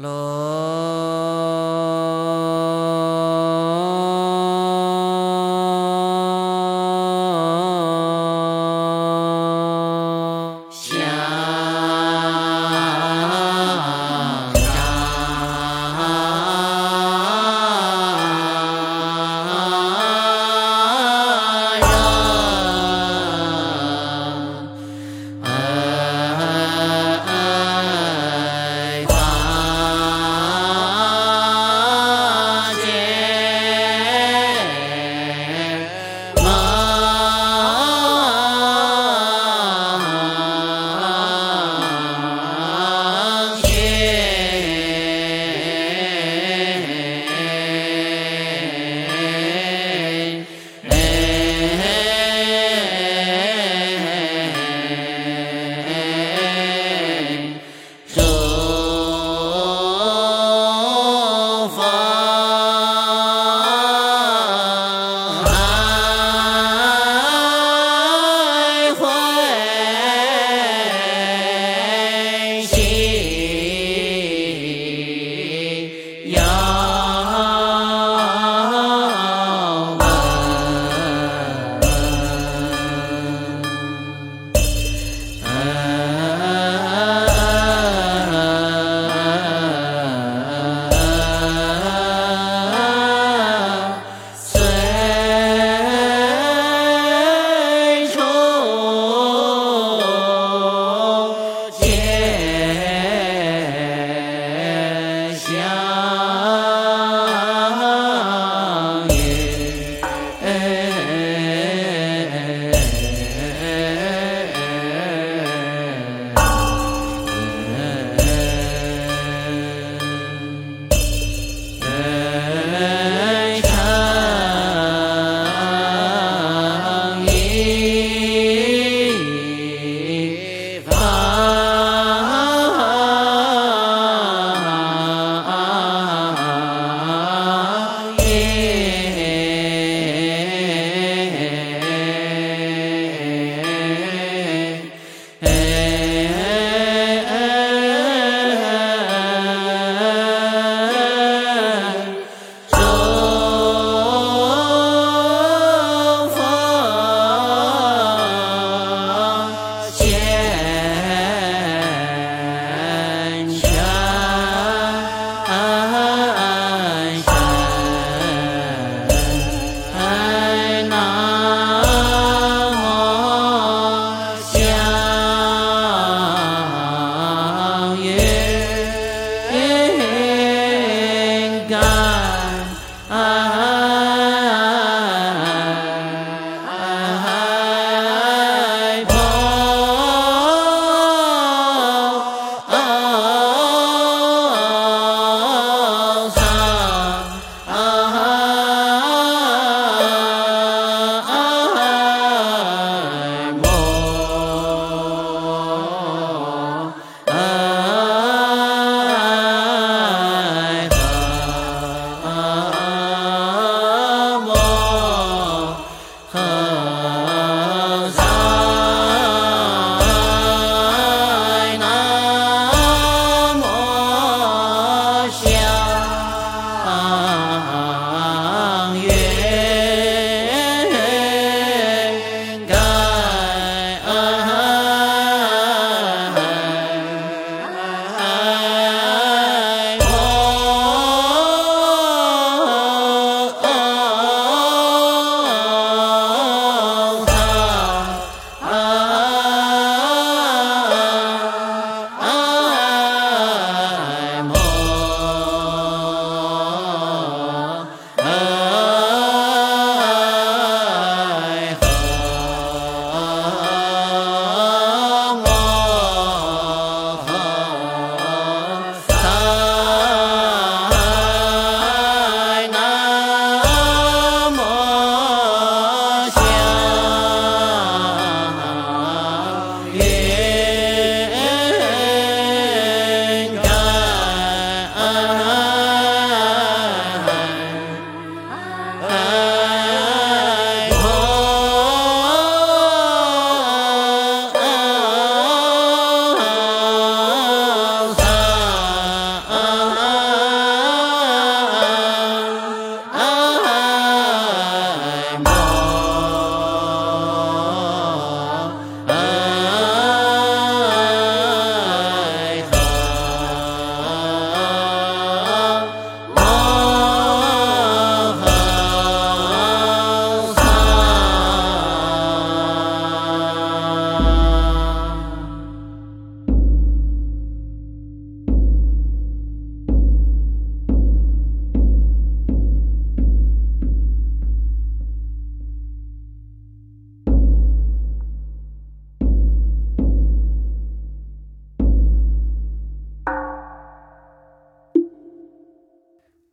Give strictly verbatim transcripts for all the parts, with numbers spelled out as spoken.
哎哎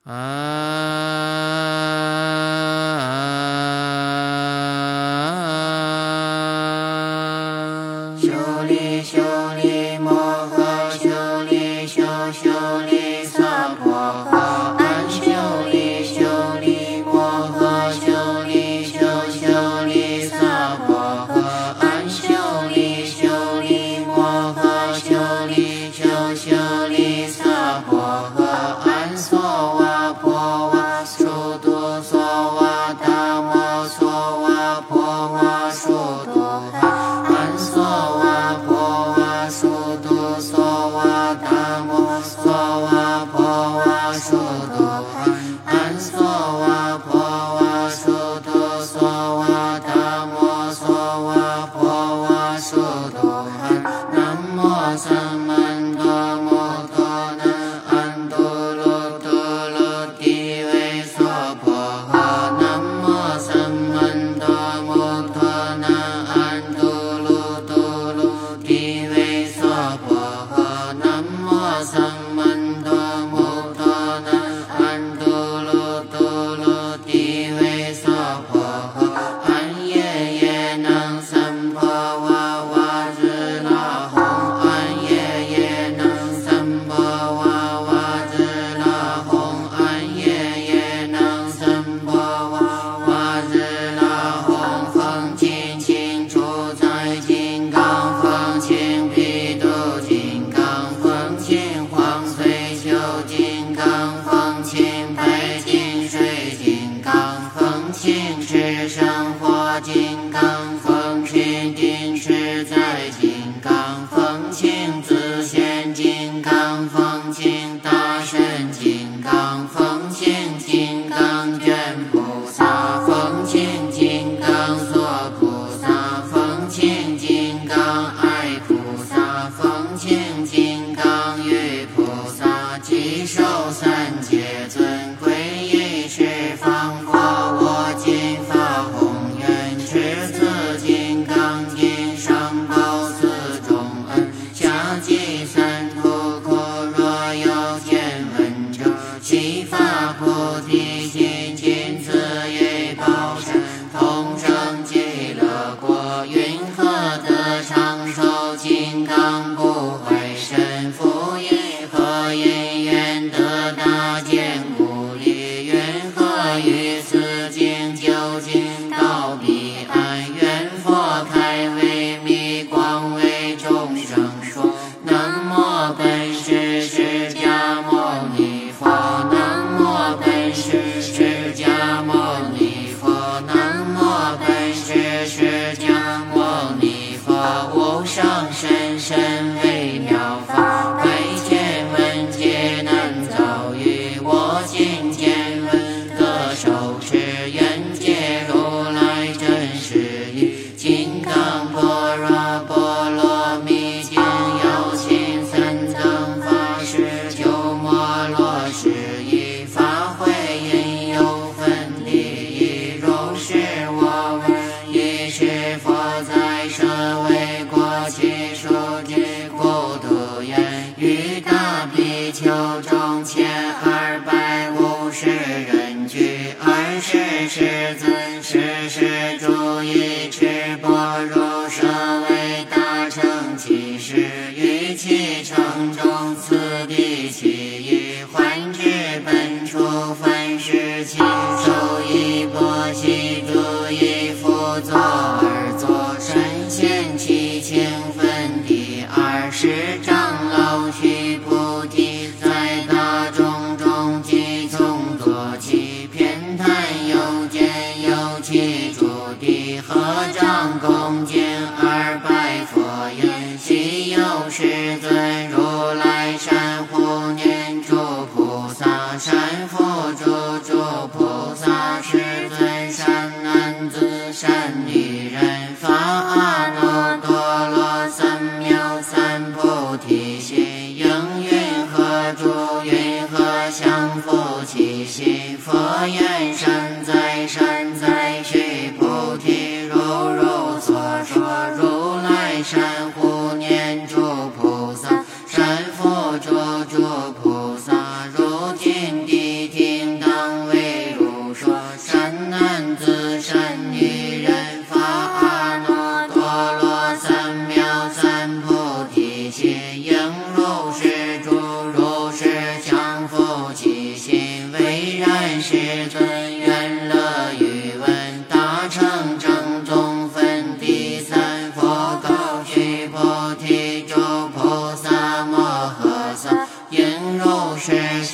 修利修利摩诃修利修修利萨婆诃安修利修利摩诃修利修修利萨婆诃安修利修利摩诃修利修修利萨婆诃安娑哇婆哇殊多娑哇达摩娑哇婆哇殊多安娑哇婆哇殊多娑哇达摩娑哇婆哇殊多安娑哇婆哇殊多娑哇达摩娑哇婆哇殊多南无三曼多摩多那安多罗多罗地维娑婆诃南无三曼多摩多那安多罗多罗地维娑婆诃南无三曼多摩多那安多罗多罗地维娑婆诃安耶耶能三婆哇哇日那吽安耶耶能三婆哇哇日那吽安耶耶能三婆哇哇日那吽风清清处在金刚风清毗度金刚风清黄随修金刚风清白金水金刚风清赤生火金刚风清定持在金刚风清自现金刚风清大神金刚风清金刚卷菩萨风清金刚所菩萨风清金刚爱菩萨风清金刚与菩萨即受三界尊贵一十方佛我今发宏愿持此金刚经上报四重恩下济三途苦若有见闻者悉发菩提心尽此一报身同生极乐国云何得长寿金刚不坏身福云何因缘得大坚固力云何于此经究竟到彼岸愿佛开为密光为众生说南无本师释迦牟尼佛南无本师释迦牟尼佛南无本师释迦牟尼佛无上甚深微妙法百千闻皆难遭遇我今见闻得受持愿解如来真实义金刚般若波罗蜜经有情三藏法师鸠摩罗什一法会因有分离一如是我闻一是佛在舍卫国其数之孤独言于大比丘中千二百五十人俱二十世尊世世诸一持般若舍卫大乘其事于其城中此地其一还至本处分时期受一波悉诸一辅佐而作身现其情分第二十长老须菩提在大众中即从作其偏袒有见有其诸地合掌恭敬而拜佛言昔有世尊如来善护念诸菩萨善福诸诸菩萨世尊善男子善女人发阿耨多罗三藐三菩提心应云何住云何降伏其心佛言善哉善哉须菩提如如所说如来善护念诸菩萨善福诸诸菩萨如今地体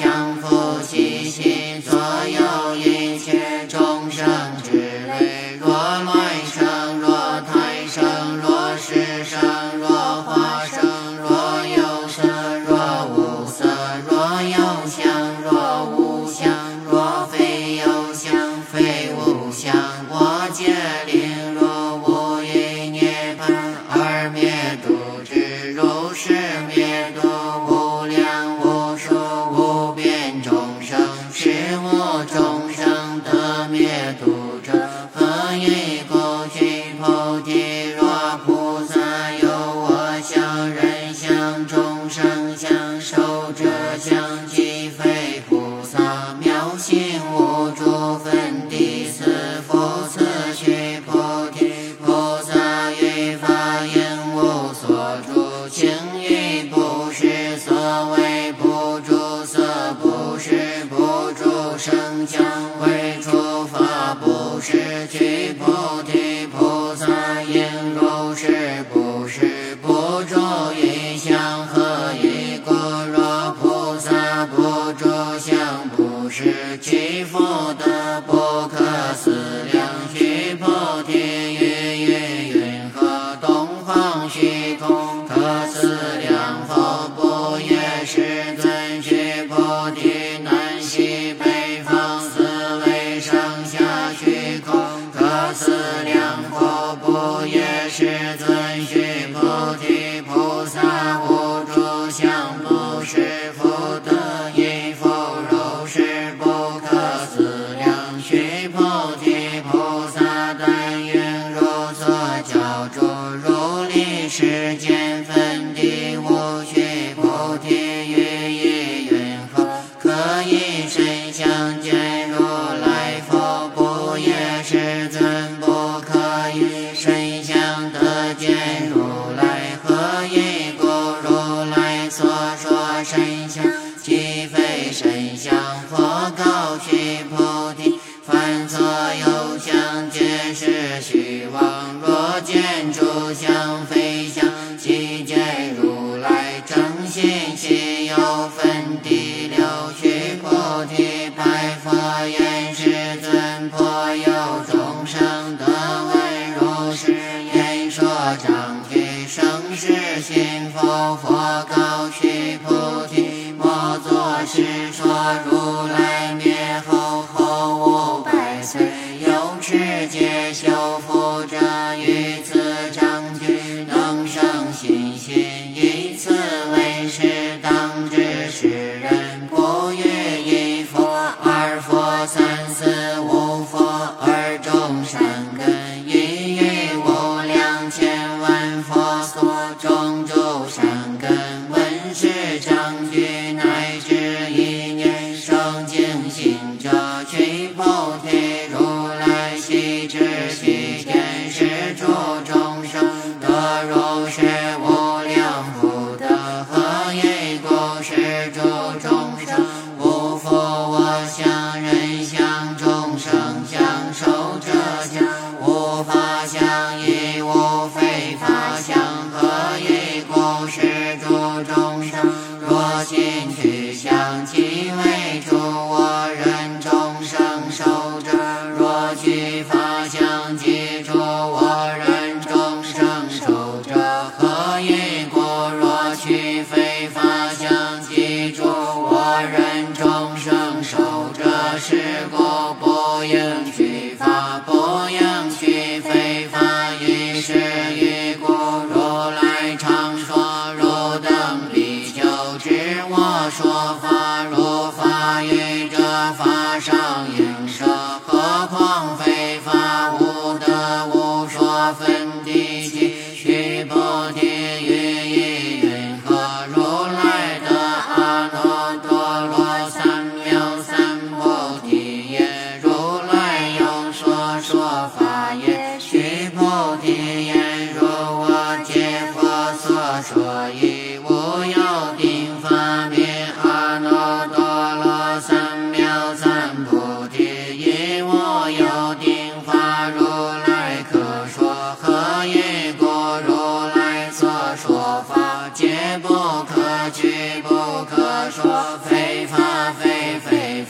降伏其心，左右一切众生之类。若乱生，若胎生，若是生，若化生，若有色，若无色，若有相，若无相，若非有相，非无相。我戒令若无余涅槃而灭度之，如是灭度无量无数无边众生，是无众生得灭度者。何以故？须菩提，若菩萨有我相、人相、众生相、寿者相，即非菩萨。妙心无诸分第四复次须菩提，菩萨于法应无所住，情欲不是所谓不住，色不是不住，声香味触法不是须菩提，菩萨应如是不是不住于相。何以故？若菩萨不住相，不是其福德不可思量。须菩提，于于云何东方虚空可思量否？不也是尊？须菩提，南西北方四维上下虚空可思量否？不也是尊？须菩提，菩萨无住相，不是福德亦复如是不可思量。须菩提，菩萨但愿如所教诸如理世间分地无。须菩提，于意云何可以身相见如来否？不也是尊？不可以身相得见如来。何以故？如来所说身相，即非身相。佛告须菩提，凡所有相，皆是虚妄。若见诸相非相，即见如来正心。悉有分第六。须菩提，白佛言：世尊，颇有众生得闻如是言说章句，生是信否？佛告须菩提，莫作是说。如来灭后，后五百岁，有持戒修福者，于此章句能生信心，以此为是当知世人。不于一佛、二佛、三四五佛，而众善根，一于无量千万佛所种诸善根。闻是章句，乃至一念生净心者，须菩提，如来悉知悉见，是诸众生得如是无量福德。何以故？是诸众生无复我相、人相、众生相、寿者相，无法相，亦无非法相。何以故？是诸众生若心取相，即为诸我人众生寿者。若取法相，即诸我人众生寿者。何以故？若取非法相，即诸我人众生寿者。是故不应取法，不应取非法。于是于故，如来常说：汝等比丘，知我说法，如法于这法上应舍。何况非法，无得无说分第七。须菩提，于意云何？如来得阿耨多罗三藐三菩提也。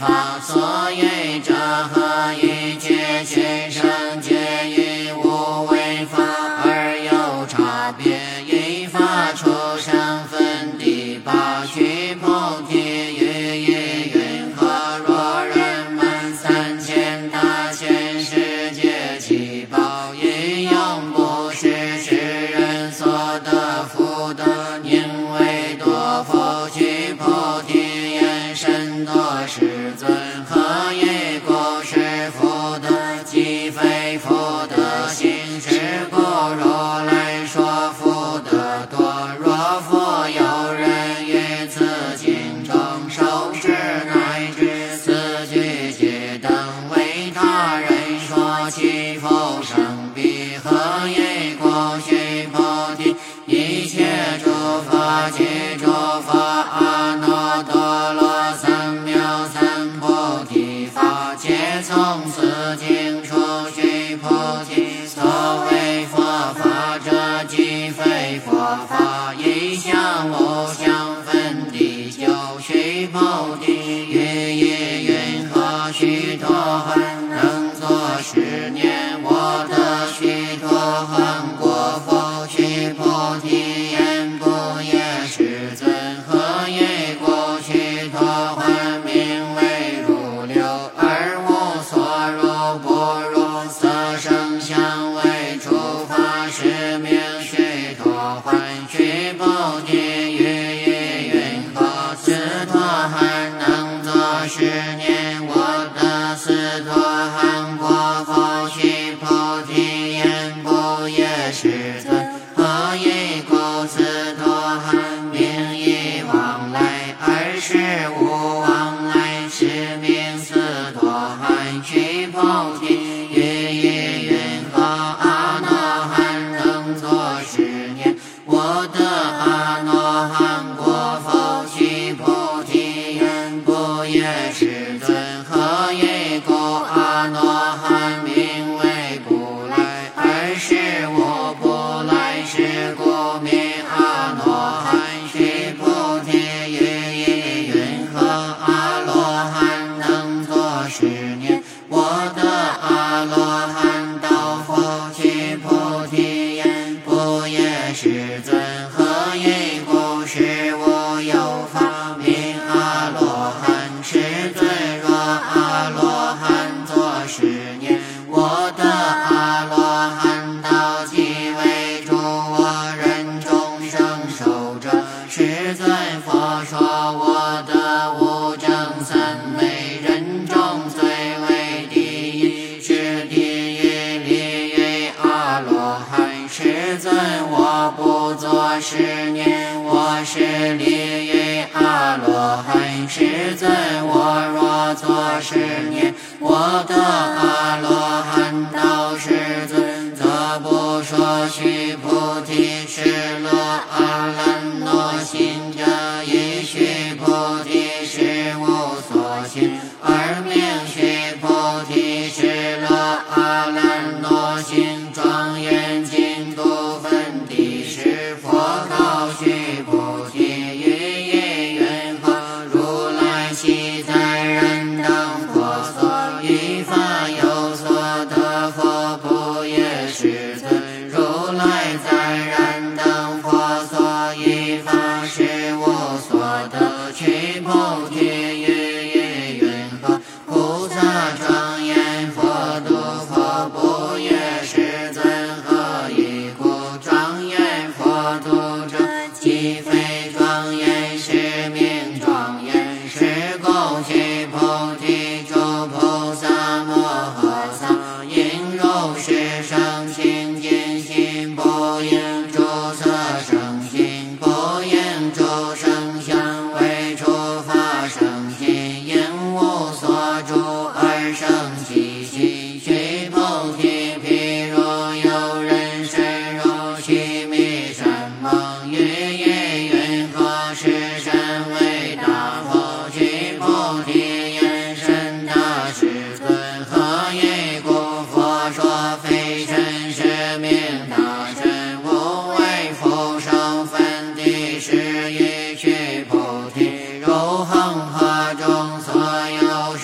法，所以者何？一切群生皆以无为法而有差别，一法出生分第八须菩提，于意云何？若人们三千大千世界七宝，一用不是世人所得福德，宁为多佛须菩提，言甚多世尊，何以故？是福德，即非福德心，是故如来说福德多。若复有人于此经中受持，乃至此句皆等为他人说，其否生彼？何以故？须菩提，一切诸法及诸法阿耨多罗三藐三菩提法，皆从此经出。须菩提，所谓佛法者，即非佛法，一相无相分第九。须菩提，于意云何？须陀洹，能作是念，我得须陀洹果否？须菩提，言不也世尊，何以故？须陀洹名为如流，而无所入，不入色声香味触法，是名须陀洹。须菩提，于意云何？斯陀含能作是念，我得斯陀含果否？须菩提，言不也世尊，何以故？斯陀含名以往来，而实无往来，是名斯陀含。须菩提，于意云何？阿耨含能作是念，我得阿耨含果否？须菩提，言不也世尊，何以故？阿耨含名为不来，而实无不来，是故名阿耨含。须菩提，于意云何？阿罗汉能作是念，我得阿罗汉道否？须菩提，言不也世尊，何以故？是无有法名阿罗汉。世尊，若阿罗汉作是念，我得阿罗汉道，即为诸我人众生受者。世尊，佛说我得无正三昧，人中最为第一，是第一立于阿罗汉。世尊，我不作是念，我是立于阿罗汉。世尊，我若作是念，我得阿罗汉道。世尊，则不说须菩提，是乐阿兰若心者，以须菩提是无所心，而名须菩提是乐阿兰若心。庄严净土分第十，佛告须菩提，于意云何？如来昔在人等佛所，依法有所得佛不也世尊。如来在人等佛所，依法是无所得。须菩提，于意云何？菩萨庄严佛度佛不也世尊，何以故？庄严佛度者，即非庄严，是名庄严。是故须菩提，诸菩萨摩诃萨，应如是生清净心，不应诸色生心，不应诸声香味触法生心，应无所住而生其心。须菩提，譬如有人深入须弥山梦，于意云何？是身为大佛？须菩提，言甚大世尊，何以故？佛说非尘，是名大身，无为复生分第十一。须菩提，如恒河中所有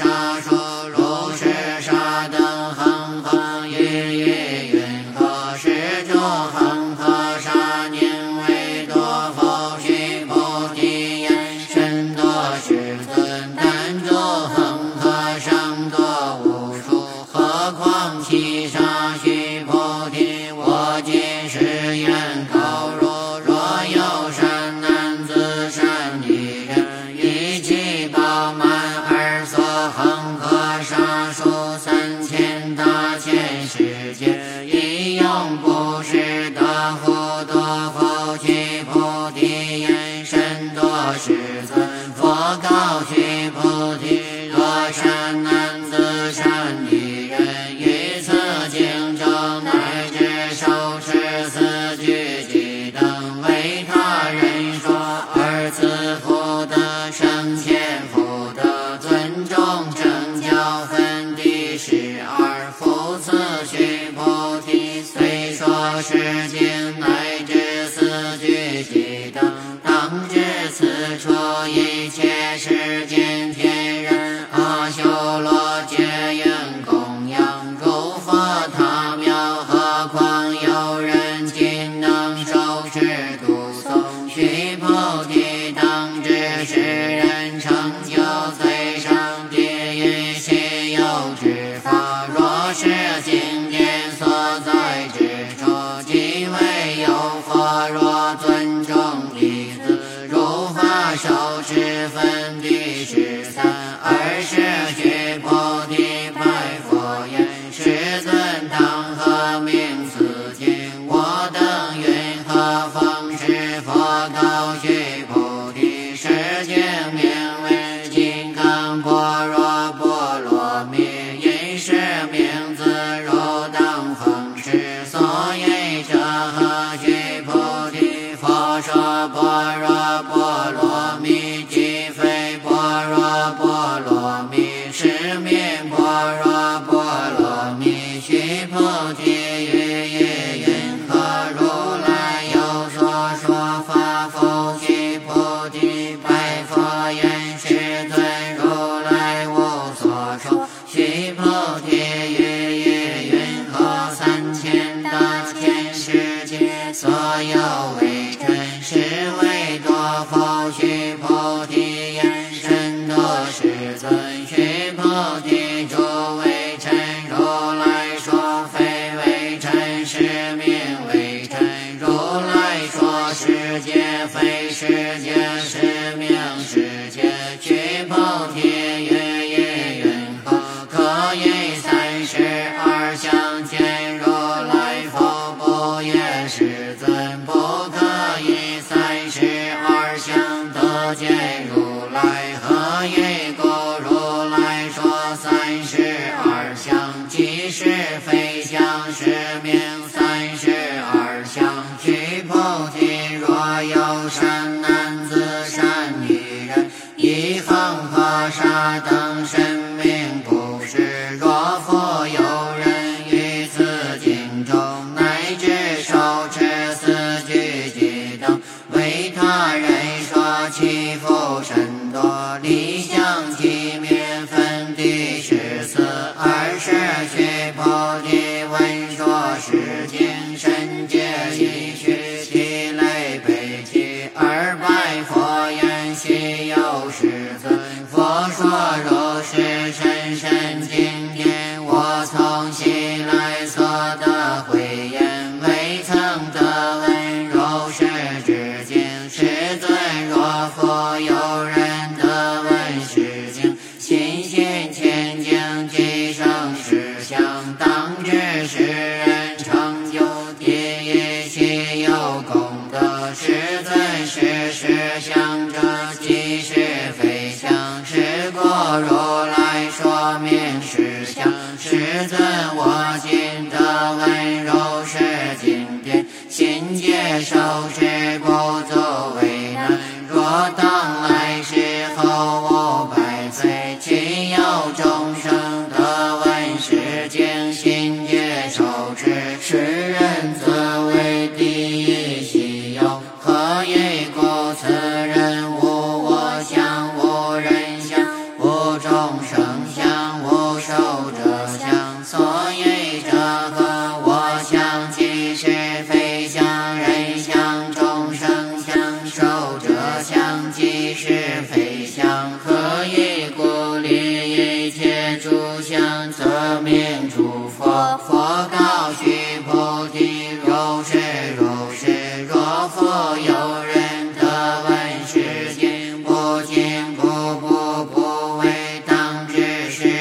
空正教分第十二复次须菩提，虽说世经乃至四句偈等，当知此处一切世间天人阿修罗皆应供养如佛塔庙，何况有人今能受持读诵须菩提，当知世人成就最上第一稀有之法。若是经典所在之处，即为有佛。若尊重弟子，如法受持分第十三。二是须菩提白佛言：世尊当何名此经？我等云何方是佛告须菩提：是经名为金刚般若波罗蜜，因是名字如当方是。所以者何须菩提？佛说般若波罗蜜，即非般若波罗蜜，是名般若波罗蜜。须菩提于意云何？如来有所说法否？须菩提白佛言：世尊，如来无所说。须菩提于意云何？三千大千世界所有为尘，是为多否？须菩提言：甚多世尊。须菩提诸为尘，如来说非为尘，是名为尘。如来说世界非世界，是名世界。须菩提于意云何？可以三十二相见如来否？不也，世尊。不可以三十二相得见如来。何以故？如来说三十二相，即是非相，是名三十二相。须菩提，若有善男子善女人，以恒河沙等神明布施，若复有人于此经中乃至受持四句偈等，为他人说其福甚多，离相其灭分第十四。二是须菩提闻说世经深解义须其类悲泣，而白佛言：昔有世尊，佛说如是深深经典，我从昔来所得慧眼，未曾得闻如是之经。世尊，若复有人得闻是经，心信前经，即生实相，当知世人成就第一稀有功德。世尊，是实相者，即是非相，是故如来说明实相。世尊，我今得闻如是经典，心接受持，不足为难。若当来世后五百岁，今有众生得闻是经，心接受持，世人则为第一稀有。何以故？此人无我相，无人相，无众生相，无寿者相。所以者何？我相即是非相，人相，众生相，寿者相，即是非相。何以故？离一切诸相，则名诸佛。佛告须菩提：如是如是。若复有人得闻是经，不惊不怖不畏，当知是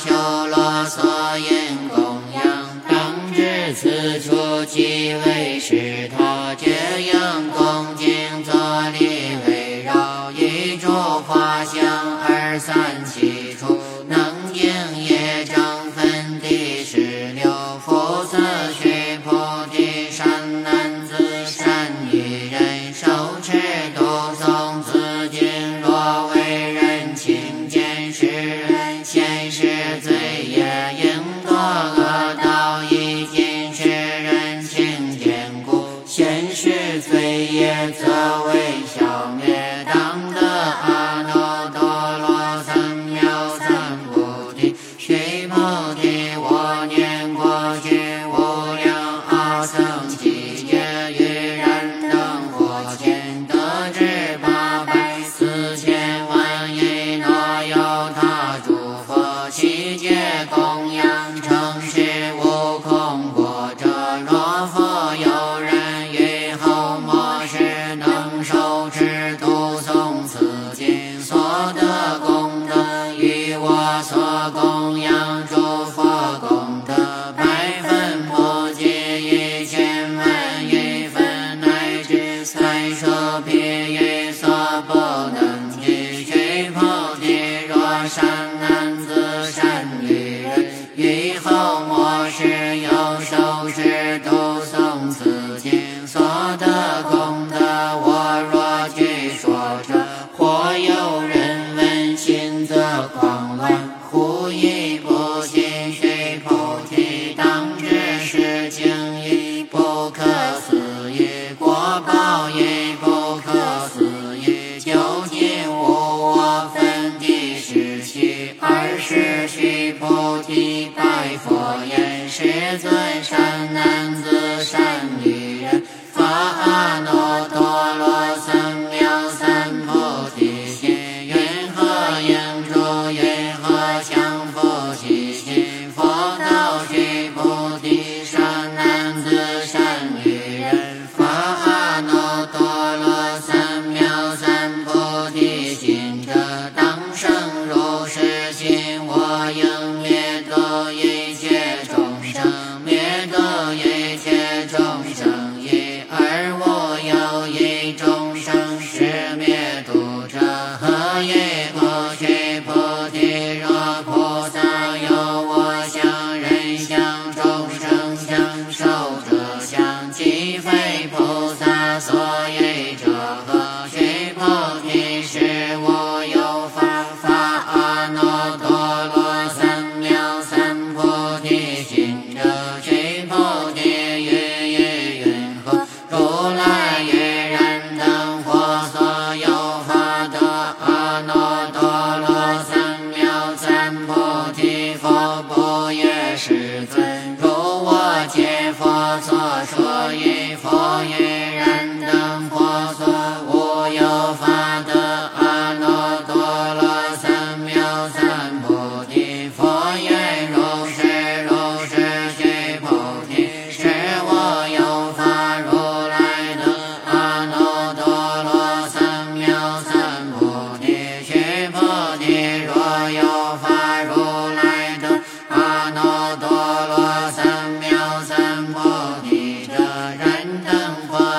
修罗所应供养，当知此处即为是他觉应恭敬坐立围绕，一诸花香二三七处，能应业障分第十六。复次须菩提善男子善女人，手持读诵此经，若为人轻见世人现世罪业，应堕恶道，以今世人轻见故，现世罪业则为消灭。当得阿耨多罗三藐三菩提。须菩提，我念过去无量阿僧祇劫，于燃灯火前得至八百四千万亿那由他诸佛，悉皆供养承事无空过者。若复有人于后末世能受持读诵此经，所得功德与我所供养诸佛功德百分不及一千万亿分，乃至三舍譬喻所不能及。须菩提，若善男子善女人于后末世有受持读诵此经，所得功德我若具说者，或有人闻心则狂乱，忽亦不信。须菩提，当知是经亦不可思议，果报亦不可思议，究竟无我分第十七。二是须菩提白佛言：世尊善男子善女人，发阿耨多罗三藐三菩提心，云何应住，云何降伏其心？佛道须菩提，善男子善女人，发阿耨多罗三藐三菩提心者，当生如是心。我应灭度一切众生，灭度一切众生一，而无有一众生是灭度者。何以故？须菩提，若菩萨有我相、人相、众生相、寿者相，即非菩萨所以者何？须菩提，是无有法，发阿耨多罗三藐三菩提心者。须菩提，于意云何？如来于燃灯火所有法得阿耨多罗三藐三菩提，佛不也世尊？如我解佛所说，以佛于燃灯火所无有法得阿耨多罗三藐三菩提。佛言：如是如是，须菩提，是我有法如来得阿耨多罗三藐三菩提。须菩提，若有法如来得阿耨多罗三藐三菩提者，燃灯火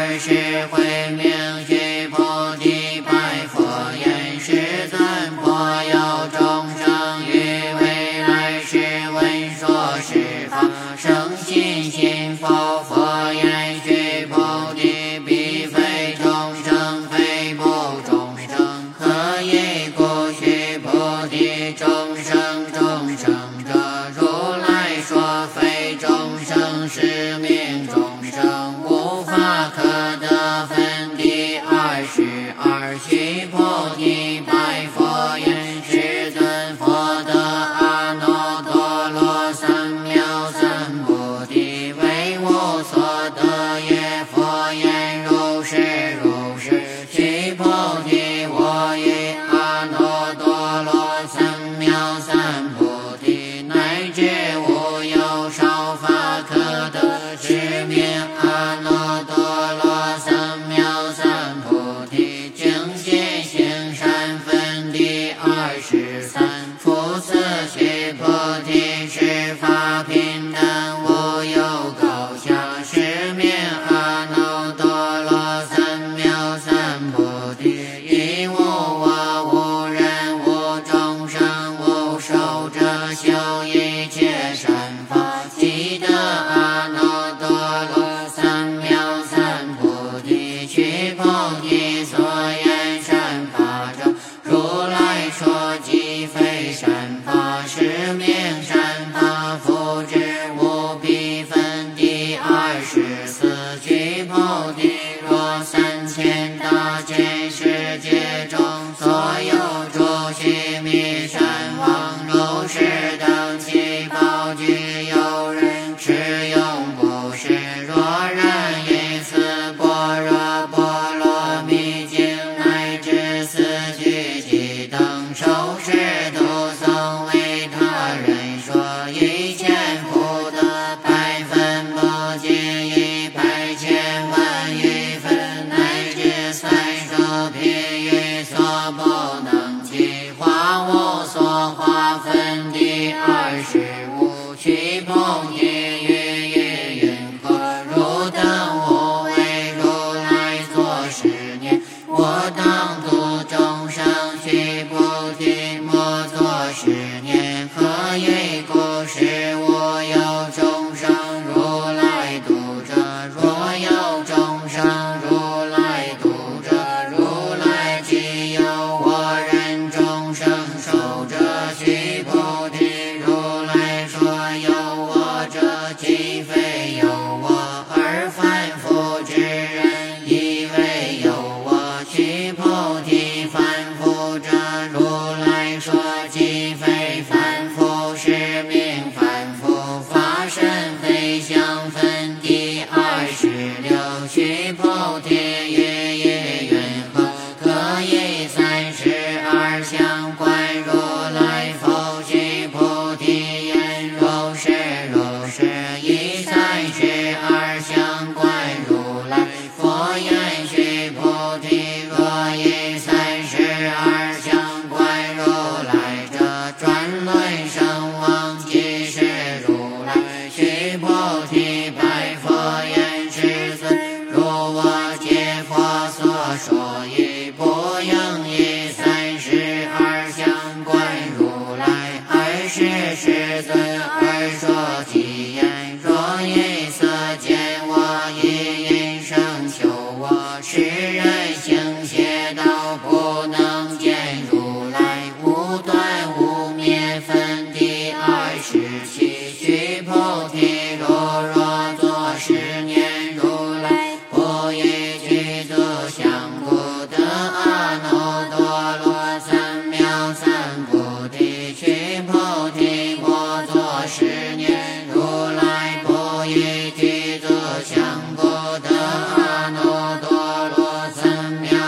二十回命须菩提白佛言：世尊，颇有众生于未来世闻说是法，生信心否？佛言：须菩提，彼非众生，非不众生。何以故？须菩提，众生众生者，如来说非众生，是名众生，无法可得分。第二十二，须菩提白佛言：世尊，佛得阿耨多罗三藐三菩提，为无所得也。佛言：如是如是。须菩提，我以阿耨多罗三藐三菩提，乃至无有少法可得，是名阿耨多罗三藐三菩提。净心行善分第二十三。复次，须菩提，十法平等，无有高下，是名阿耨多罗三藐三菩提。亦无我，无人，无众生，无寿者，修一切善法，即得阿耨多罗三藐三菩提。须菩提，所言善法者，如来说即非善法，是名善法，复之无比分。第二十四。须菩提，若三千大千世界中，所有诸须弥山王如是等七宝具，有人持用不是。若然以四般若波罗蜜经，乃至四句偈等，受持读诵，为他人说，一千福德，百分不尽，一百千万亿分，乃至三手譬喻，所不能计，化无所化分。第二十五。须菩提，于意云何？汝等无为如来作是念：我当度众生。须菩提，莫作是念。何以故？是无有众生如来度者。若有众生如来度者，如来即有我人众生受者。须菩提，如来说有我者，即非有我，而凡夫之人以为有我。须菩提，凡夫者，如来说即非凡夫，是名凡夫。法身非相分第二十六。须菩提，于意云何？可以三十二相观如来否？须菩提言：如是如是。以三十二相观如来。佛言：须菩提，若以三十二相观如来者，转轮圣王即是如来。须菩提白佛言：世尊，如我解佛所说，亦不应以三十二相观如来。二是世尊而说偈言：若以色见我，以音声求我，世人行邪道，不能见如来。无断无灭分第二十七。须菩提，如若作是念：如来不以具足相故，得阿耨多罗三藐三菩提。须菩提，莫作是念：如来不以具足相故，得阿耨多罗三藐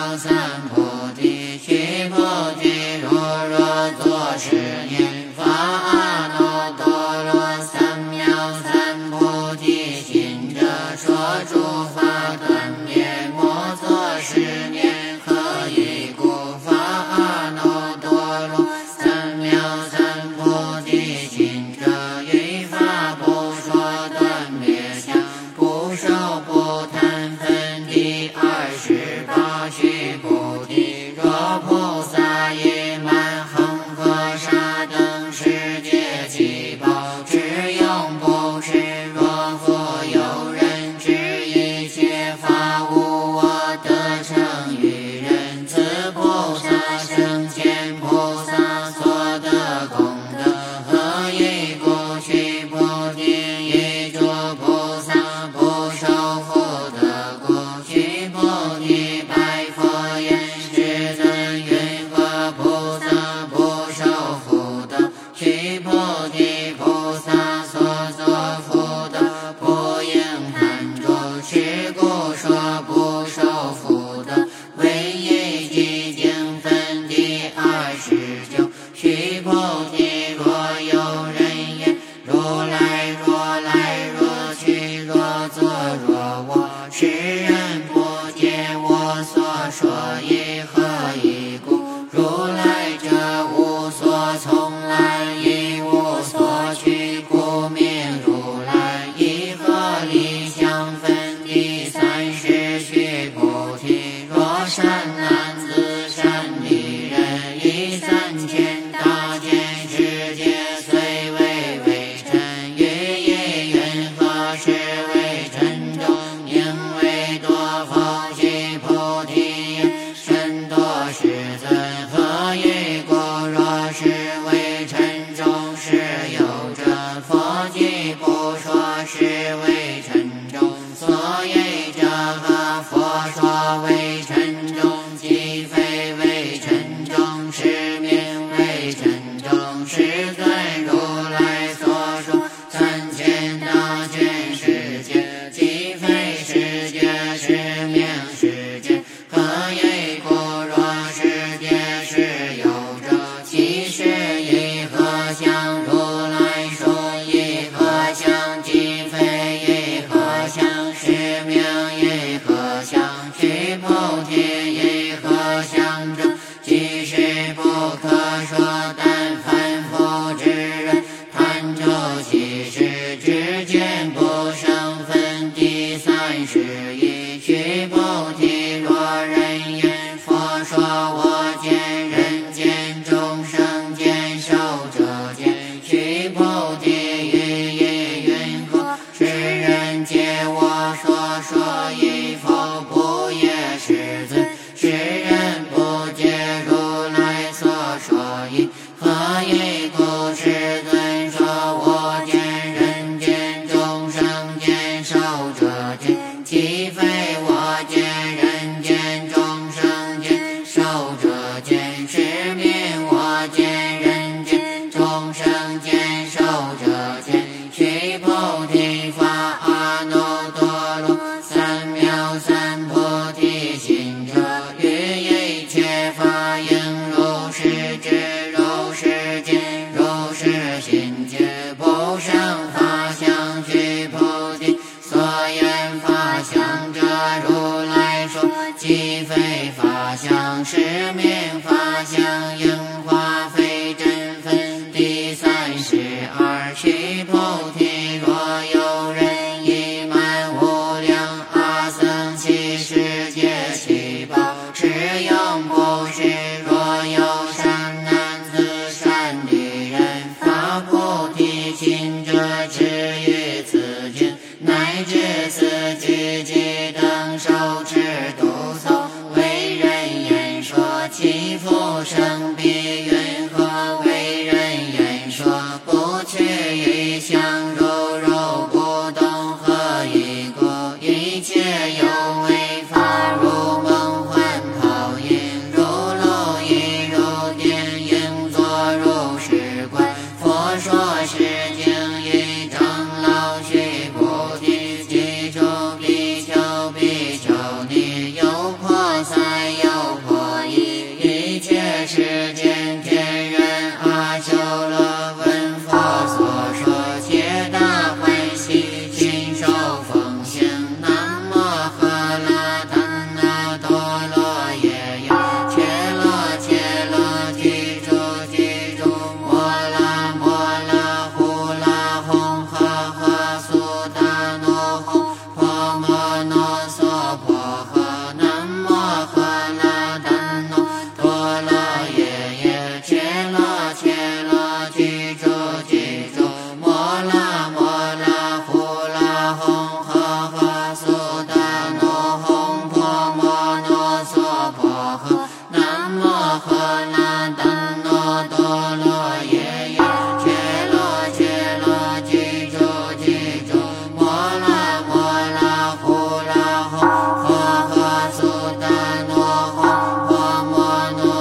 善男子善女人，以三千大千世界虽为微尘，于意云何是为尘中？因为多佛悉菩提言，甚多世尊何以故？若是为尘中，是有者佛即不说是为尘中。所以者何佛说为尘中，即非为尘中，是名为尘中。世尊如来所说三千大千世界，即非世界，是名世界。何以故？若世界是有者，其是以何相？如来说以何相，即非以何相，是名以何相。须菩提，以何相者，即是不可说，但凡夫之人贪求其事，之见不生分。第三十一，须菩提，若人言佛说我见人见众生见寿者见，须菩提，于意云何？是人皆我所说亦否？不也，世尊。是人不解如来所说义，何以故？世尊说我见人见众生见寿者见，即非我见人见众生见寿者见，是名我见人见众生见寿者见。须菩提，发阿耨多罗三藐三菩提心者，于一切法应如是知，如是见，如是心解，不生法相。须菩提，所言法相者，如来说即非法相，是名法相。应化非真分。第三十二，须菩提，若有人以满无量阿僧祇世界七宝持用布施，若有善男子善女人发菩提心者，至于此经，乃至四句偈等受持读诵，为人言说，其复生彼云何？为人言说，不取一相，如如不动，何以故？一切有为法，如梦幻泡影，如露亦如电，应作如是观。佛说是经，一长老须菩提，记住比丘比丘尼，有破塞有破衣，一切世间天人阿修罗闻佛所说，皆大欢喜，信受奉行。南无喝啦怛那多罗耶耶，切罗切罗，记住记住，摩拉摩拉呼啦吽，哈哈苏达诺吽，婆摩诺娑婆诃。南无喝啦怛那多罗耶耶，切罗切罗，记住记住，摩拉摩拉呼啦吽，哈哈苏达诺吽，婆摩诺娑婆诃。南无喝啦怛那多罗耶耶，切罗切罗，记住记住，摩拉摩拉呼啦吽，哈哈苏达诺吽，婆摩诺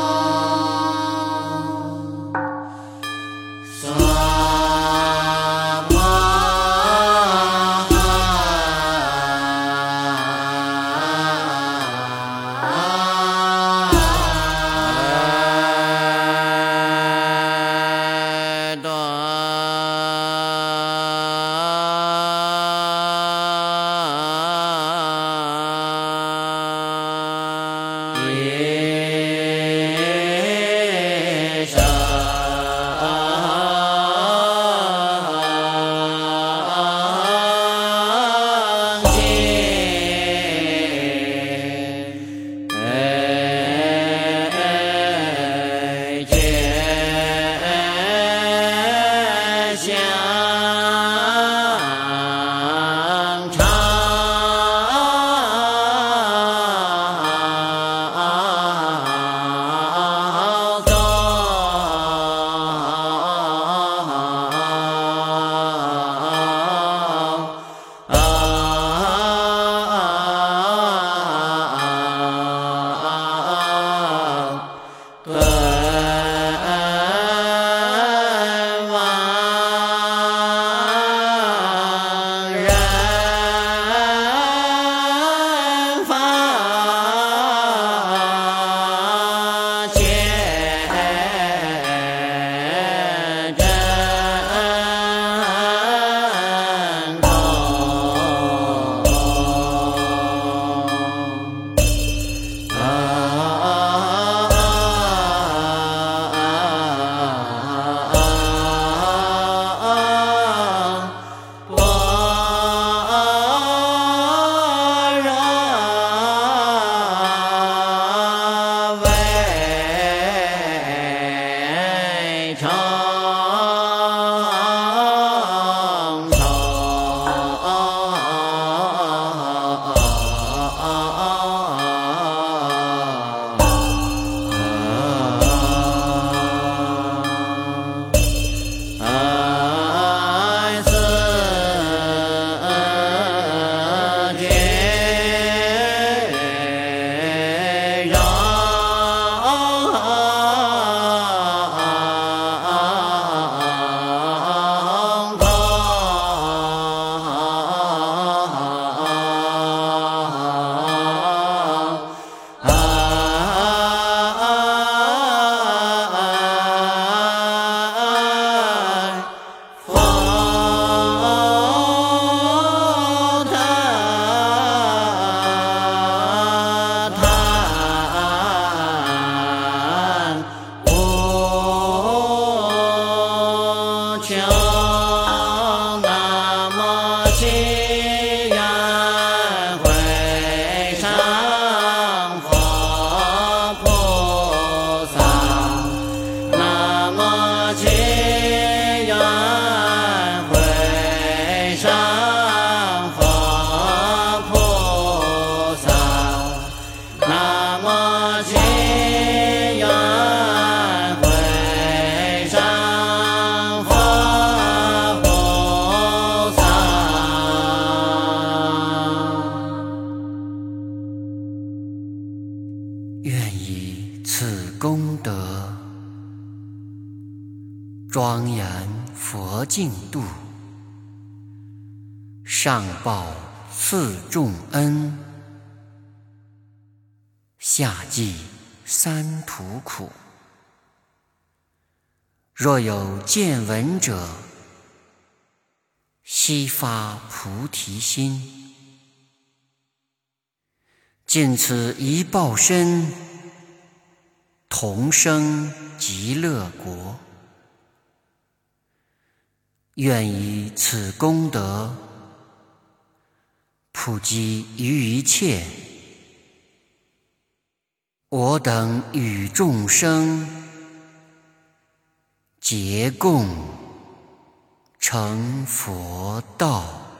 娑婆耶我情愿会上佛菩萨，愿以此功德庄严佛净土，上报四重恩，下济三途苦。若有见闻者，悉发菩提心，尽此一报身，同生极乐国。愿以此功德普及于一切我等与众生，皆共成佛道。